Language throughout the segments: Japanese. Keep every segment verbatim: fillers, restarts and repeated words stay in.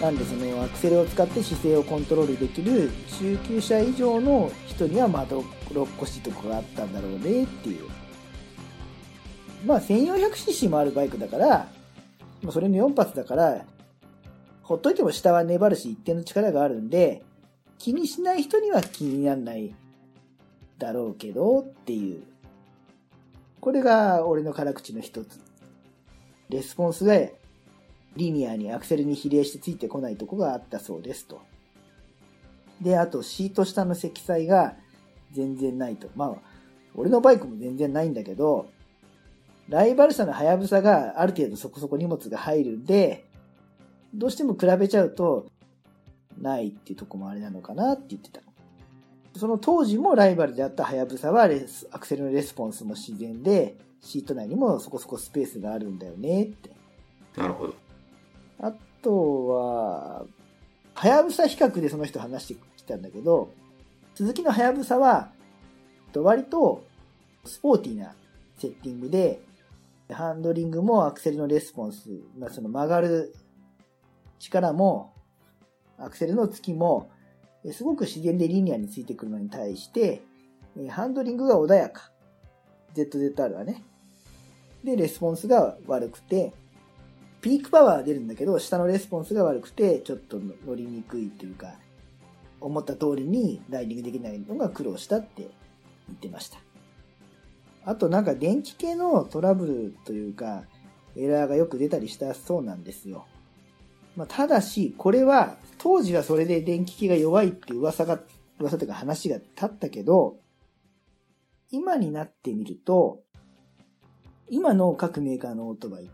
なんでそのアクセルを使って姿勢をコントロールできる中級者以上の人にはまどろっこしいとこがあったんだろうねっていう。まあ せんよんひゃくシーシー もあるバイクだから、それのよん発だから、ほっといても下は粘るし一定の力があるんで、気にしない人には気にならないだろうけどっていう。これが俺の辛口の一つ。レスポンスがリニアにアクセルに比例してついてこないとこがあったそうですと。で、あとシート下の積載が全然ないと。まあ、俺のバイクも全然ないんだけど、ライバル車のハヤブサがある程度そこそこ荷物が入るんで、どうしても比べちゃうと、ないっていうとこもあれなのかなって言ってたの。その当時もライバルであったハヤブサはレスアクセルのレスポンスも自然で、シート内にもそこそこスペースがあるんだよねって。 なるほど。 あとは、ハヤブサ比較でその人話してきたんだけど、鈴木のハヤブサは、割とスポーティーなセッティングで、ハンドリングもアクセルのレスポンス、まあ、その曲がる力も、アクセルの突きも、すごく自然でリニアについてくるのに対して、ハンドリングが穏やか。ゼットゼットアール はね。で、レスポンスが悪くて、ピークパワーは出るんだけど、下のレスポンスが悪くて、ちょっと乗りにくいというか、思った通りにライディングできないのが苦労したって言ってました。あとなんか電気系のトラブルというか、エラーがよく出たりしたそうなんですよ。まあ、ただし、これは、当時はそれで電気系が弱いっていう噂が、噂というか話が立ったけど、今になってみると、今の各メーカーのオートバイって、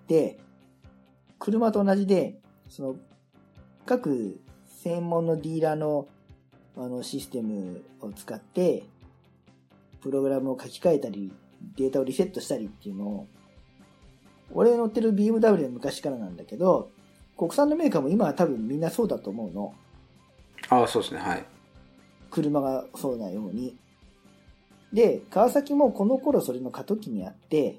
車と同じで、その、各専門のディーラーの、あの、システムを使って、プログラムを書き換えたり、データをリセットしたりっていうのを、俺乗ってる ビーエムダブリュー は昔からなんだけど、国産のメーカーも今は多分みんなそうだと思うの。 ああ、そうですね、はい。 車がそうなように。で、川崎もこの頃それの過渡期にあって、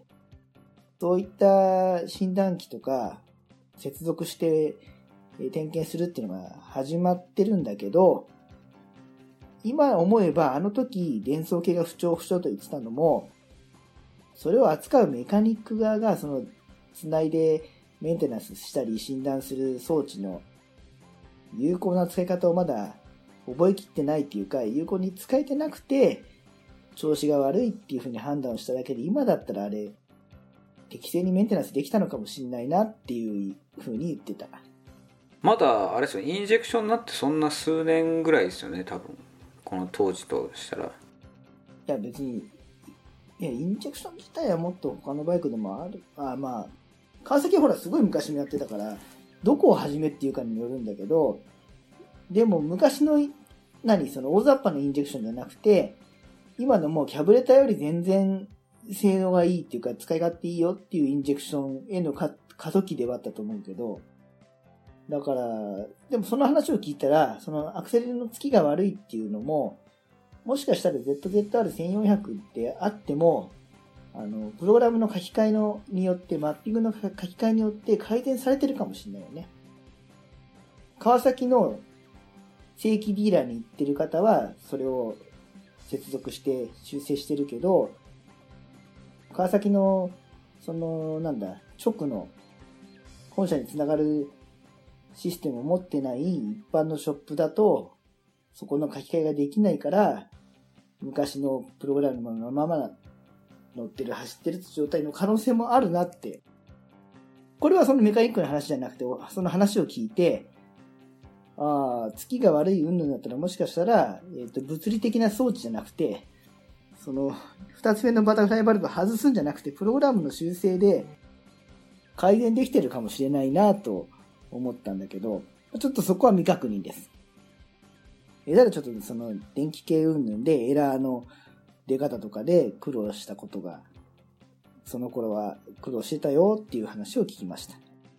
そういった診断機とか接続して点検するっていうのが始まってるんだけど、今思えばあの時電装系が不調不調と言ってたのも、それを扱うメカニック側がその繋いでメンテナンスしたり診断する装置の有効な使い方をまだ覚えきってないっていうか、有効に使えてなくて調子が悪いっていう風に判断をしただけで、今だったらあれ適正にメンテナンスできたのかもしれないなっていう風に言ってた。 まだあれですよ、インジェクションになってそんな数年ぐらいですよね、多分この当時としたら。いや別に、いやインジェクション自体はもっと他のバイクでもある。あまあ川崎はほらすごい昔もやってたから、どこを始めっていうかによるんだけど、でも昔の何その大雑把なインジェクションじゃなくて、今のもうキャブレターより全然性能がいいっていうか使い勝手いいよっていうインジェクションへの過渡期ではあったと思うけど、だからでもその話を聞いたら、そのアクセルの付きが悪いっていうのも、もしかしたら ゼットゼットアールせんよんひゃく ってあっても、あのプログラムの書き換えのによって、マッピングの書き換えによって改善されてるかもしれないよね。川崎の正規ディーラーに行ってる方はそれを接続して修正してるけど、川崎のそのなんだ直の本社につながるシステムを持ってない一般のショップだと、そこの書き換えができないから、昔のプログラムのまま乗ってる走ってる状態の可能性もあるなって。これはそのメカニックの話じゃなくて、その話を聞いて、ああ、月が悪い云々だったら、もしかしたら、えっと、物理的な装置じゃなくて、その、二つ目のバタフライバルブ外すんじゃなくて、プログラムの修正で改善できてるかもしれないなと思ったんだけど、ちょっとそこは未確認です。えだからちょっとその電気系云々でエラーの出方とかで苦労したことが、その頃は苦労してたよっていう話を聞きました。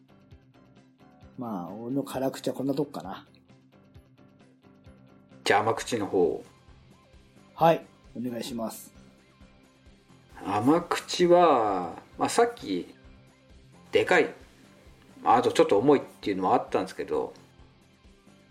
まあ、俺の辛口はこんなとこかな。 じゃあ甘口の方。 はい、お願いします。 甘口は、まあ、さっきでかい、あとちょっと重いっていうのもあったんですけど、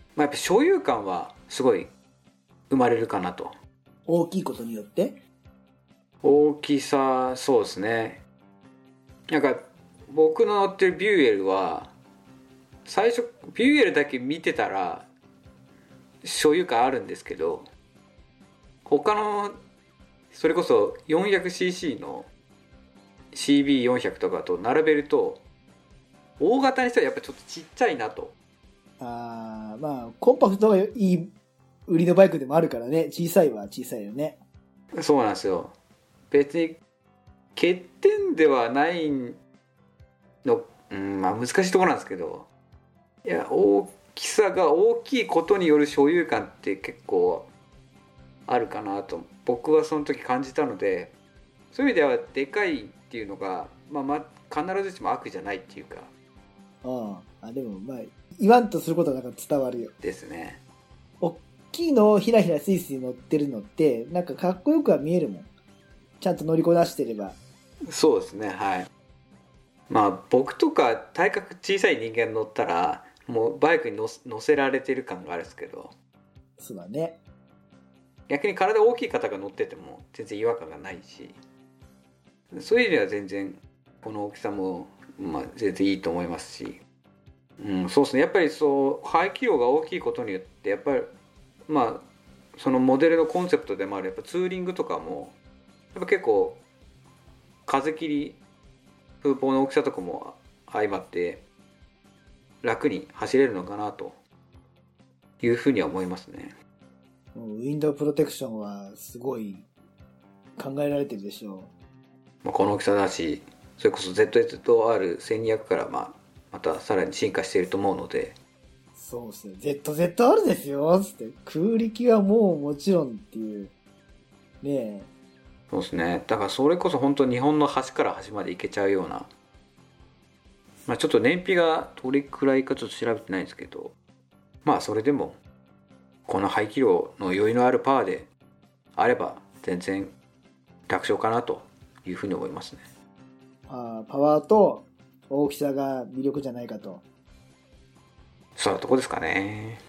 まあ、やっぱ所有感はすごい生まれるかなと。 大きいことによって。 大きさ、そうですね。なんか僕の乗ってるビューエルは最初ビューエルだけ見てたら所有感あるんですけど、他のそれこそ よんひゃくシーシー の シービーよんひゃく とかと並べると大型にしてはやっぱちょっとちっちゃいなと。 ああ、まあコンパクトがいい売りのバイクでもあるからね。小さいは小さいよね。 そうなんですよ。別に欠点ではないの、うん、まあ難しいところなんですけど、いや大きさが大きいことによる所有感って結構あるかなと僕はその時感じたので、そういう意味ではでかいっていうのが、まあ、まあ必ずしも悪じゃないっていうか。 ああ、でもまあ言わんとすることはなんか伝わるよ。 ですね。 大きいのをひらひらスイスイ乗ってるのってなんかかっこよくは見えるもん。ちゃんと乗りこなしてれば。 そうですね、はい。まあ僕とか体格小さい人間乗ったらもうバイクに乗せられてる感があるんですけど、 そうだね。 逆に体大きい方が乗ってても全然違和感がないし、そういう意味では全然この大きさもまあ全然いいと思いますし、うん、そうですね。やっぱりそう排気量が大きいことによってやっぱりまあそのモデルのコンセプトでもあるやっぱツーリングとかもやっぱ結構風切り風防の大きさとかも相まって楽に走れるのかなというふうには思いますね。 ウィンドウプロテクションはすごい考えられてるでしょう。 まあ、この大きさだし、それこそ ゼットエズアールせんにひゃく からまあまたさらに進化していると思うので。 そうですね。ゼットゼットアール ですよつって、空力はもうもちろんっていうねえ。 そうですね。だからそれこそ本当日本の端から端まで行けちゃうような、まあ、ちょっと燃費がどれくらいかちょっと調べてないんですけど、まあそれでもこの排気量の余裕のあるパワーであれば全然楽勝かなというふうに思いますね。 あパワーと大きさが魅力じゃないかと。 そういうとこですかね。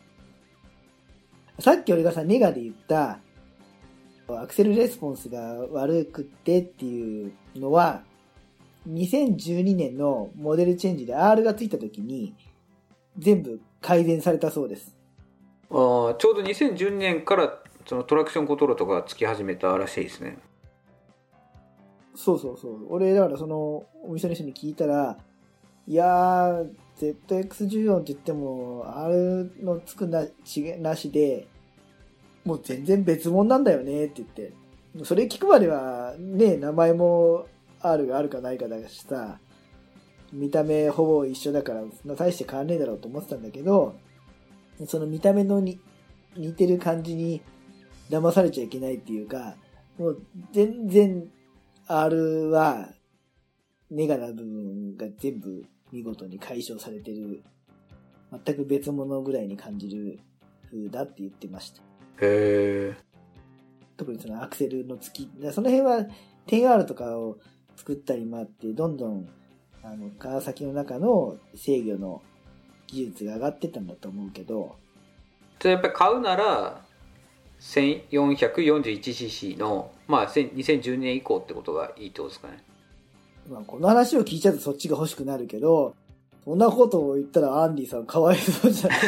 さっき俺がさネガで言ったアクセルレスポンスが悪くってっていうのはにせんじゅうにねんのモデルチェンジで アール がついた時に全部改善されたそうです。 あちょうどにせんじゅうにねんからそのトラクションコントロールとかつき始めたらしいですね。 そうそうそう。俺だからそのお店の人に聞いたら、いやー ゼットエックスじゅうよん って言っても アール のつくなちなしでもう全然別物なんだよねって言って、それ聞くまではね名前も R があるかないかだしさ、見た目ほぼ一緒だから大して変わんねえだろうと思ってたんだけど、その見た目のに似てる感じに騙されちゃいけないっていうか、もう全然 R はネガな部分が全部見事に解消されてる、全く別物ぐらいに感じる風だって言ってました。 へー。 特にそのアクセルの付き、その辺は テンアール とかを作ったりもあってどんどんあの川崎の中の制御の技術が上がってったんだと思うけど、 じゃあやっぱり買うなら せんよんひゃくよんじゅういちシーシー の、まあ、にせんじゅうにねん以降ってことがいいってことですかね。 まあ、この話を聞いちゃうとそっちが欲しくなるけど、そんなことを言ったらアンディさんかわいそうじゃない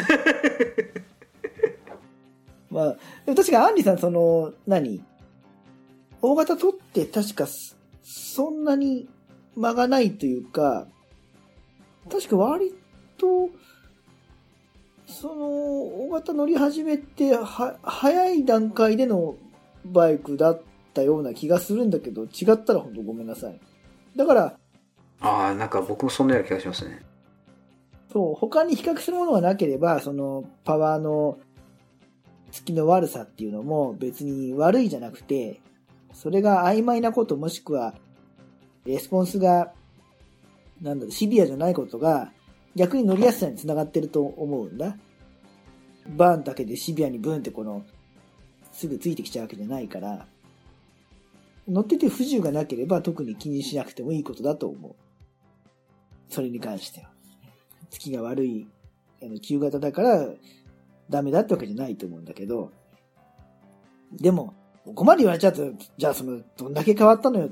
まあ、でも確かアンディさんその何大型取って確かそんなに間がないというか、確か割とその大型乗り始めては早い段階でのバイクだったような気がするんだけど、違ったら本当ごめんなさい。だからああ、なんか僕もそんなような気がしますね。 そう、他に比較するものがなければ、そのパワーの付きの悪さっていうのも別に悪いじゃなくて、それが曖昧なこともしくはレスポンスがなんだろうシビアじゃないことが逆に乗りやすさにつながってると思うんだ。バーンだけでシビアにブーンってこのすぐついてきちゃうわけじゃないから、乗ってて不自由がなければ特に気にしなくてもいいことだと思う。それに関しては付きが悪いあの旧型だからダメだってわけじゃないと思うんだけど、でも、ここまで言われちゃうと、じゃあその、どんだけ変わったのよって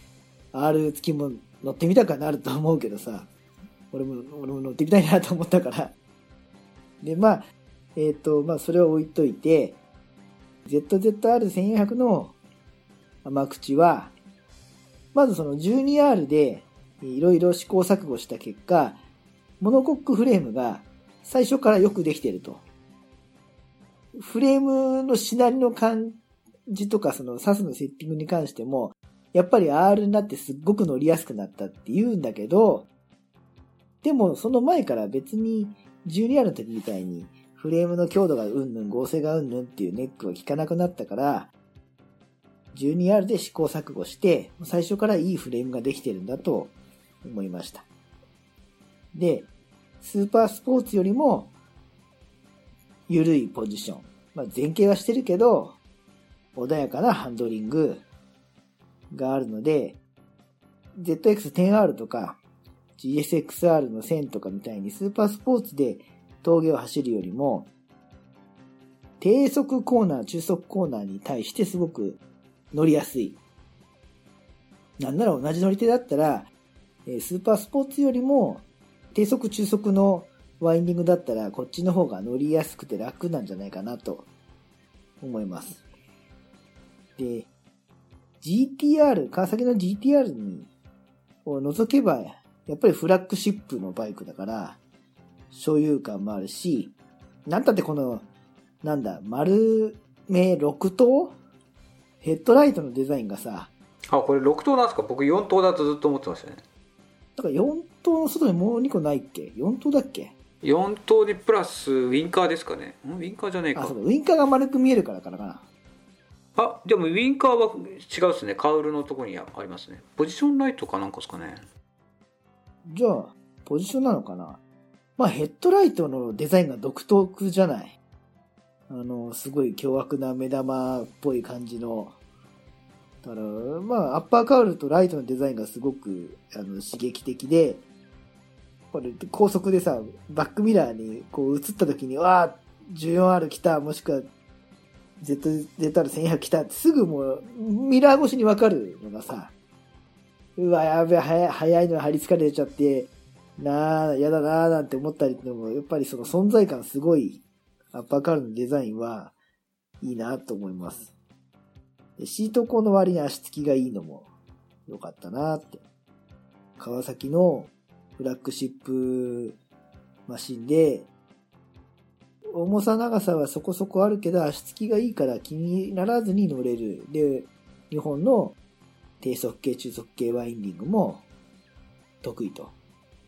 、R 付きも乗ってみたくなると思うけどさ、俺も、俺も乗ってみたいなと思ったから。で、まあ、えっと、まあ、それを置いといて、ゼットゼットアールせんよんひゃく の甘口は、まずその じゅうにアール でいろいろ試行錯誤した結果、モノコックフレームが最初からよくできていると。フレームのしなりの感じとか、そのサスのセッティングに関しても、やっぱり R になってすっごく乗りやすくなったって言うんだけど、でもその前から別に じゅうにアール の時みたいにフレームの強度がうんぬん、合成がうんぬんっていうネックは効かなくなったから、じゅうにアール で試行錯誤して、最初からいいフレームができてるんだと思いました。で、スーパースポーツよりも緩いポジション。まあ、前傾はしてるけど、穏やかなハンドリングがあるので、ゼットエックステンアール とか ジーエスエックスアール のせんとかみたいにスーパースポーツで峠を走るよりも、低速コーナー、中速コーナーに対してすごく乗りやすい。なんなら同じ乗り手だったら、スーパースポーツよりも低速中速のワインディングだったらこっちの方が乗りやすくて楽なんじゃないかなと思います。で、ジーティーアール、川崎の ジーティーアール にを除けば、やっぱりフラッグシップのバイクだから、所有感もあるし、なんたってこの、なんだ、丸目ろく灯ヘッドライトのデザインがさ、 あ、これろく灯なんですか？僕よん灯だとずっと思ってましたね。 だからよん灯の外にもうにこないっけ？ よん 灯だっけ？ よん灯にプラスウィンカーですかね。んウィンカーじゃねえか。 あ、そうだ、ウィンカーが丸く見えるからかなかな。 あ、でもウィンカーは違うですね。カウルのところにありますね。ポジションライトかなんかですかね。 じゃあ、ポジションなのかな？まあヘッドライトのデザインが独特じゃない。あの、すごい凶悪な目玉っぽい感じの。だから、まあ、アッパーカウルとライトのデザインがすごくあの刺激的で、これ高速でさ、バックミラーにこう映った時に、わあ じゅうよんアール 来た、もしくは ゼットゼットアールせんよんひゃく 来たってすぐもうミラー越しにわかるのがさ、うわ、やべえ、早い、早いのに張り付かれちゃって、なあ、やだなあなんて思ったりってのも、やっぱりその存在感すごい、アッパーカールのデザインはいいなと思います。でシート高の割に足つきがいいのも良かったなって。川崎のフラッグシップマシンで、重さ長さはそこそこあるけど足つきがいいから気にならずに乗れる。で、日本の低速系、中速系ワインディングも得意と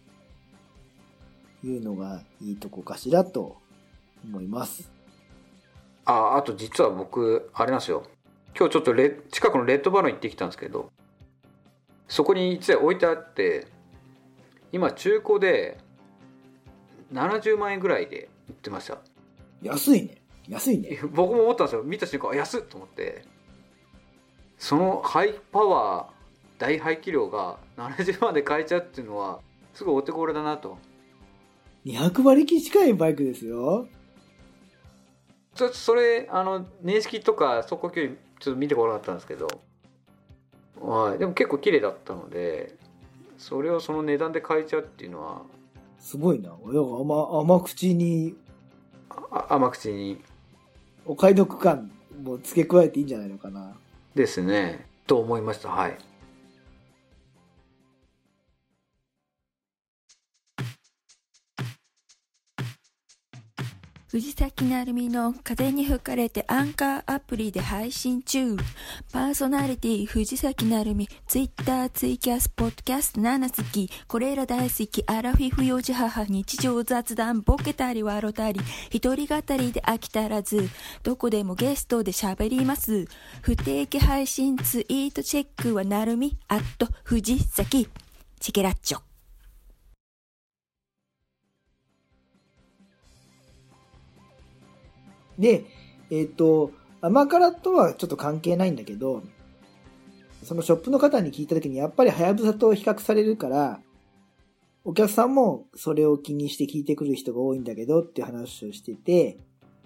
いうのがいいとこかしらと思います。 あ、あと実は僕、あれなんですよ。今日ちょっとレ近くのレッドバロン行ってきたんですけど、そこにいちだい置いてあって、今中古でななじゅうまんえんぐらいで売ってました。 安いね。安いね。 僕も思ったんですよ。見た瞬間、安っと思って。そのハイパワー、大排気量がななじゅうまんで買えちゃうっていうのは、すごいお手頃だなと。 にひゃくばりき近いバイクですよ。 そそれ、あの、年式とか走行距離、ちょっと見てこなかったんですけど、はい、でも結構綺麗だったので、それをその値段で買えちゃうっていうのはすごいな。甘、甘口に、 あ甘口にお買い得感も付け加えていいんじゃないのかな。 ですね、と思いました。はい。 藤崎なるみの風に吹かれてアンカーアプリで配信中。パーソナリティ藤崎なるみ、ツイッター、ツイキャス、ポッドキャストなな好き。これら大好き。アラフィフ幼児母、日常雑談、ボケたり笑たり。一人語りで飽きたらず。どこでもゲストで喋ります。不定期配信ツイートチェックはなるみ、アット藤崎。チケラッチョ。 で、えっと、甘辛とはちょっと関係ないんだけど、そのショップの方に聞いたときにやっぱりハヤブサと比較されるから、お客さんもそれを気にして聞いてくる人が多いんだけどっていう話をしてて、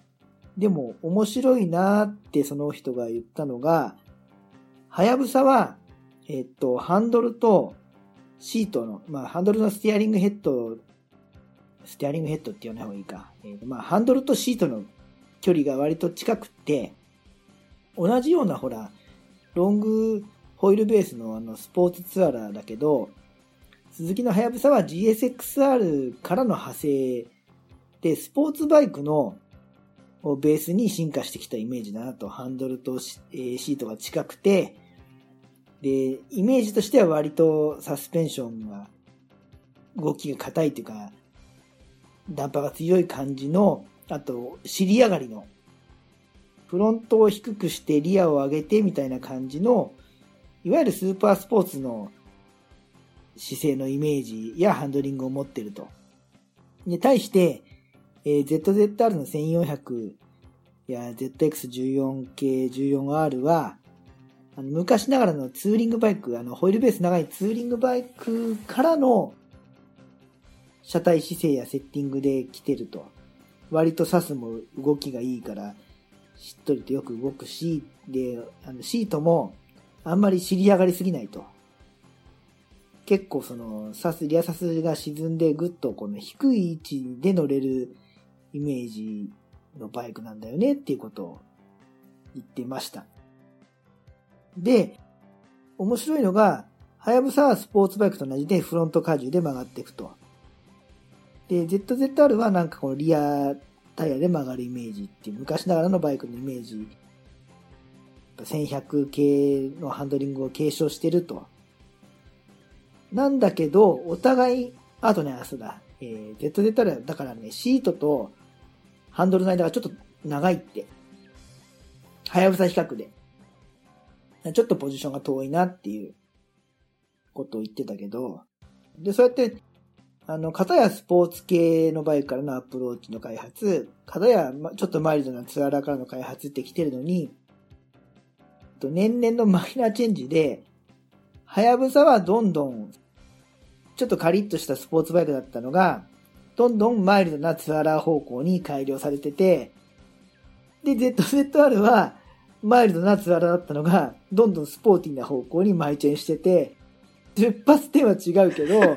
でも面白いなーってその人が言ったのが、はやぶさは、えっと、ハンドルとシートの、まあ、ハンドルのステアリングヘッド、ステアリングヘッドって言わない方がいいか。えー、まあ、ハンドルとシートの距離が割と近くって、同じようなほら、ロングホイールベースのあのスポーツツアラーだけど、鈴木のはやぶさは ジーエスエックスアール からの派生で、スポーツバイクのベースに進化してきたイメージだなと。ハンドルとシートが近くて、で、イメージとしては割とサスペンションが、動きが硬いというか、ダンパーが強い感じの、あと、尻上がりの、フロントを低くしてリアを上げてみたいな感じの、いわゆるスーパースポーツの姿勢のイメージやハンドリングを持っていると。で、対して、えー、ゼットゼットアール のせんよんひゃくや ゼットエックスじゅうよんけい じゅうよんアール は、あの昔ながらのツーリングバイク、あのホイールベース長いツーリングバイクからの車体姿勢やセッティングで来てると。割とサスも動きがいいから、しっとりとよく動くし、で、あのシートもあんまり尻上がりすぎないと。結構そのサス、リアサスが沈んでぐっとこの低い位置で乗れるイメージのバイクなんだよねっていうことを言ってました。で、面白いのが、はやぶさはスポーツバイクと同じでフロント荷重で曲がっていくと。で、ゼットゼットアール はなんかこのリアタイヤで曲がるイメージっていう昔ながらのバイクのイメージ、せんひゃく系のハンドリングを継承してると。なんだけど、お互い、あとね、そうだ、えー、ゼットゼットアール はだからね、シートとハンドルの間がちょっと長いって。はやぶさ比較で。ちょっとポジションが遠いなっていうことを言ってたけど、で、そうやって、あの、片やスポーツ系のバイクからのアプローチの開発、片やちょっとマイルドなツアーラーからの開発って来てるのに、年々のマイナーチェンジで、はやぶさはどんどん、ちょっとカリッとしたスポーツバイクだったのが、どんどんマイルドなツアーラー方向に改良されてて、で、ゼットゼットアール は、マイルドなツアーラーだったのが、どんどんスポーティーな方向にマイチェンしてて、出発点は違うけど、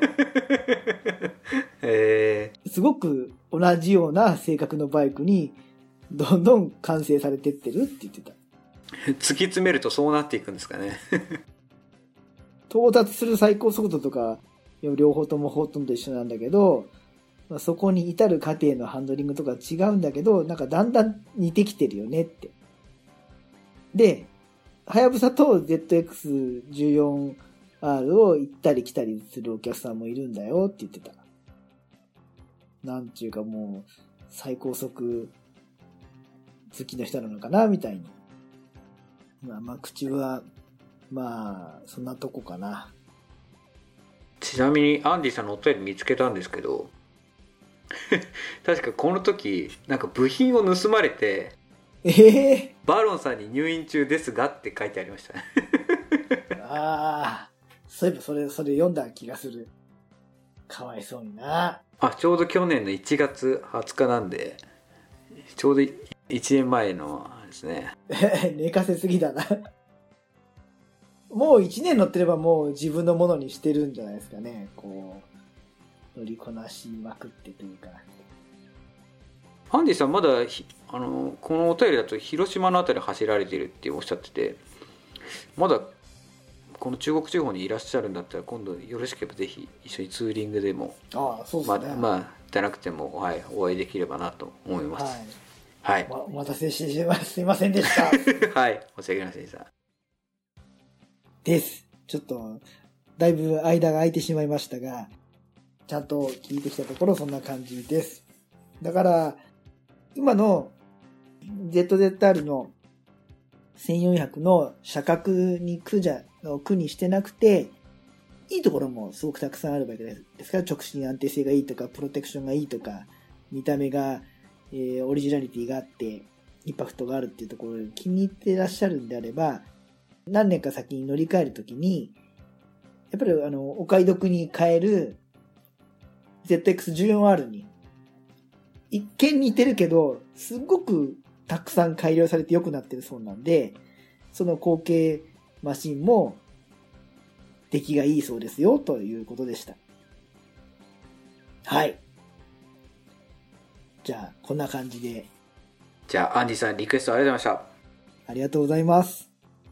へー、 すごく同じような性格のバイクに、どんどん完成されてってるって言ってた。 突き詰めるとそうなっていくんですかね。 到達する最高速度とか、両方ともほとんど一緒なんだけど、まあ、そこに至る過程のハンドリングとか違うんだけど、なんかだんだん似てきてるよねって。で、はやぶさと ゼットエックスじゅうよんアール を行ったり来たりするお客さんもいるんだよって言ってた。なんちゅうかもう、最高速好きの人なのかなみたいに。まあ、まあ、口は、まあ、そんなとこかな。 ちなみにアンディさんのお便り見つけたんですけど確かこの時なんか部品を盗まれて、 ええー、バロンさんに入院中ですがって書いてありましたねああ、そういえばそれそれ読んだ気がする。かわいそうにな。 あ、ちょうど去年のいちがつはつかなんで、ちょうどいちねんまえのですね。 寝かせすぎだなもういちねん乗ってればもう自分のものにしてるんじゃないですかね。こう乗りこなしまくってというか。 アンディさんまだあのこのお便りだと広島のあたり走られてるっておっしゃってて、まだこの中国地方にいらっしゃるんだったら今度よろしければぜひ一緒にツーリングでも、 ああ、そうですね。 まあ、まあ、じゃなくても、はい、お会いできればなと思います。はい。はい、 お待たせしてすいませんでした。 はい、申し訳ありませんでした。 です。ちょっとだいぶ間が空いてしまいましたが、ちゃんと聞いてきたところそんな感じです。だから今の ゼットゼットアール のせんよんひゃくの車格に苦じゃ苦にしてなくて、いいところもすごくたくさんあるわけですから、直進安定性がいいとかプロテクションがいいとか見た目が、えー、オリジナリティがあってインパクトがあるっていうところを気に入ってらっしゃるんであれば、何年か先に乗り換えるときにやっぱりあのお買い得に買える ゼットエックスじゅうよんアール に一見似てるけどすごくたくさん改良されて良くなってるそうなんで、その後継マシンも出来がいいそうですよということでした。はい。じゃあこんな感じで。 じゃあアンディさんリクエストありがとうございました。 ありがとうございます。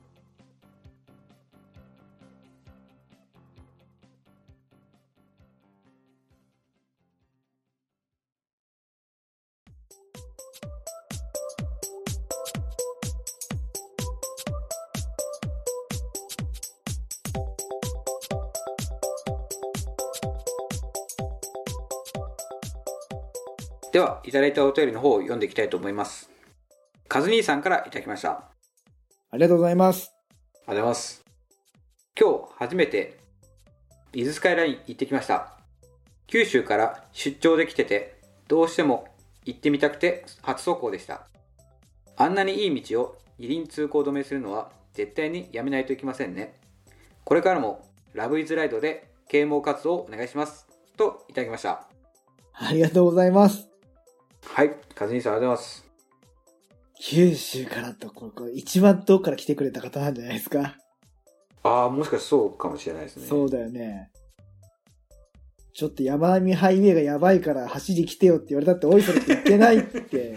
では、いただいたお便りの方を読んでいきたいと思います。カズ兄さんからいただきました。 ありがとうございます。 ありがとうございます。今日初めて伊豆スカイライン行ってきました。九州から出張で来てて、どうしても行ってみたくて初走行でした。あんなにいい道を二輪通行止めするのは絶対にやめないといけませんね。これからもラブイズライドで啓蒙活動をお願いします。といただきました。 ありがとうございます。 はい、カズニーさんありがとうございます。 九州からと、これ一番遠くから来てくれた方なんじゃないですか。 ああ、もしかしてそうかもしれないですね。 そうだよね。ちょっと山並みハイウェイがやばいから走り来てよって言われたって、おいそれって言ってないって。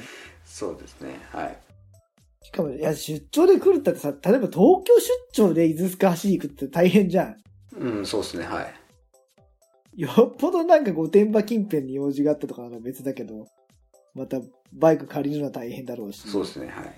そうですね、はい。 しかも、いや、出張で来るってさ、例えば東京出張で伊豆スカ走り行くって大変じゃん。 うん、そうですね、はい。 よっぽどなんか御殿場近辺に用事があったとかなら別だけど、またバイク借りるのは大変だろうし。 そうですね、はい。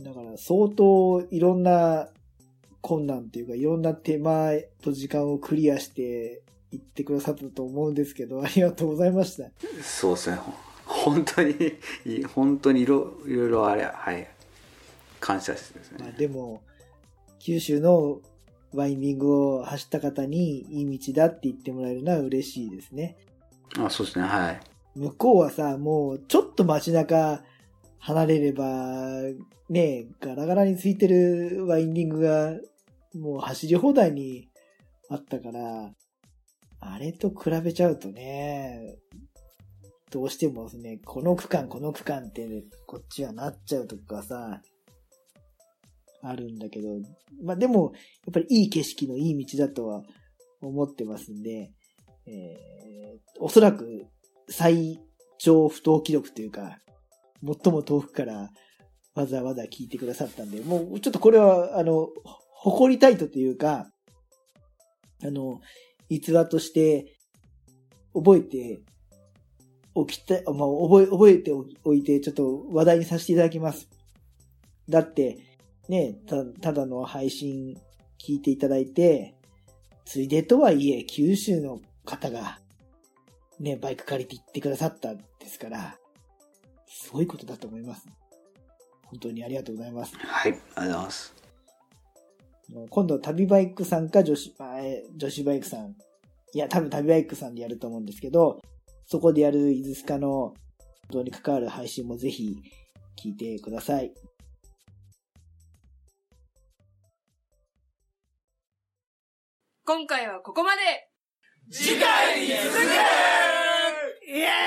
だから相当いろんな困難っていうか、いろんな手間と時間をクリアして行ってくださったと思うんですけど、ありがとうございました。 そうですね。本当に、本当にいろいろあれ、はい。感謝ですね。 まあ、でも、九州のワインディングを走った方にいい道だって言ってもらえるのは嬉しいですね。 あ、そうですね、はい。 向こうはさ、もうちょっと街中離れれば、ね、ガラガラについてるワインディングがもう走り放題にあったから、あれと比べちゃうとね、どうしてもですね、この区間この区間ってこっちはなっちゃうとかさ、あるんだけど、まあでも、やっぱりいい景色のいい道だとは思ってますんで、えー、おそらく最長不当記録というか、最も遠くからわざわざ聞いてくださったんで、もうちょっとこれは、あの、誇りたいとというか、あの、逸話として覚えておきたい、まあ、覚え、覚えておいてちょっと話題にさせていただきます。だって、ね、た、ただの配信聞いていただいて、ついでとはいえ、九州の方が、ね、バイク借りて行ってくださったんですから、すごいことだと思います。本当にありがとうございます。 はい、ありがとうございます。 今度、旅バイクさんか女子、女子バイクさん。いや、多分旅バイクさんでやると思うんですけど、そこでやる伊豆スカのことに関わる配信もぜひ聞いてください。 今回はここまで。 次回に続く。 イエーイ。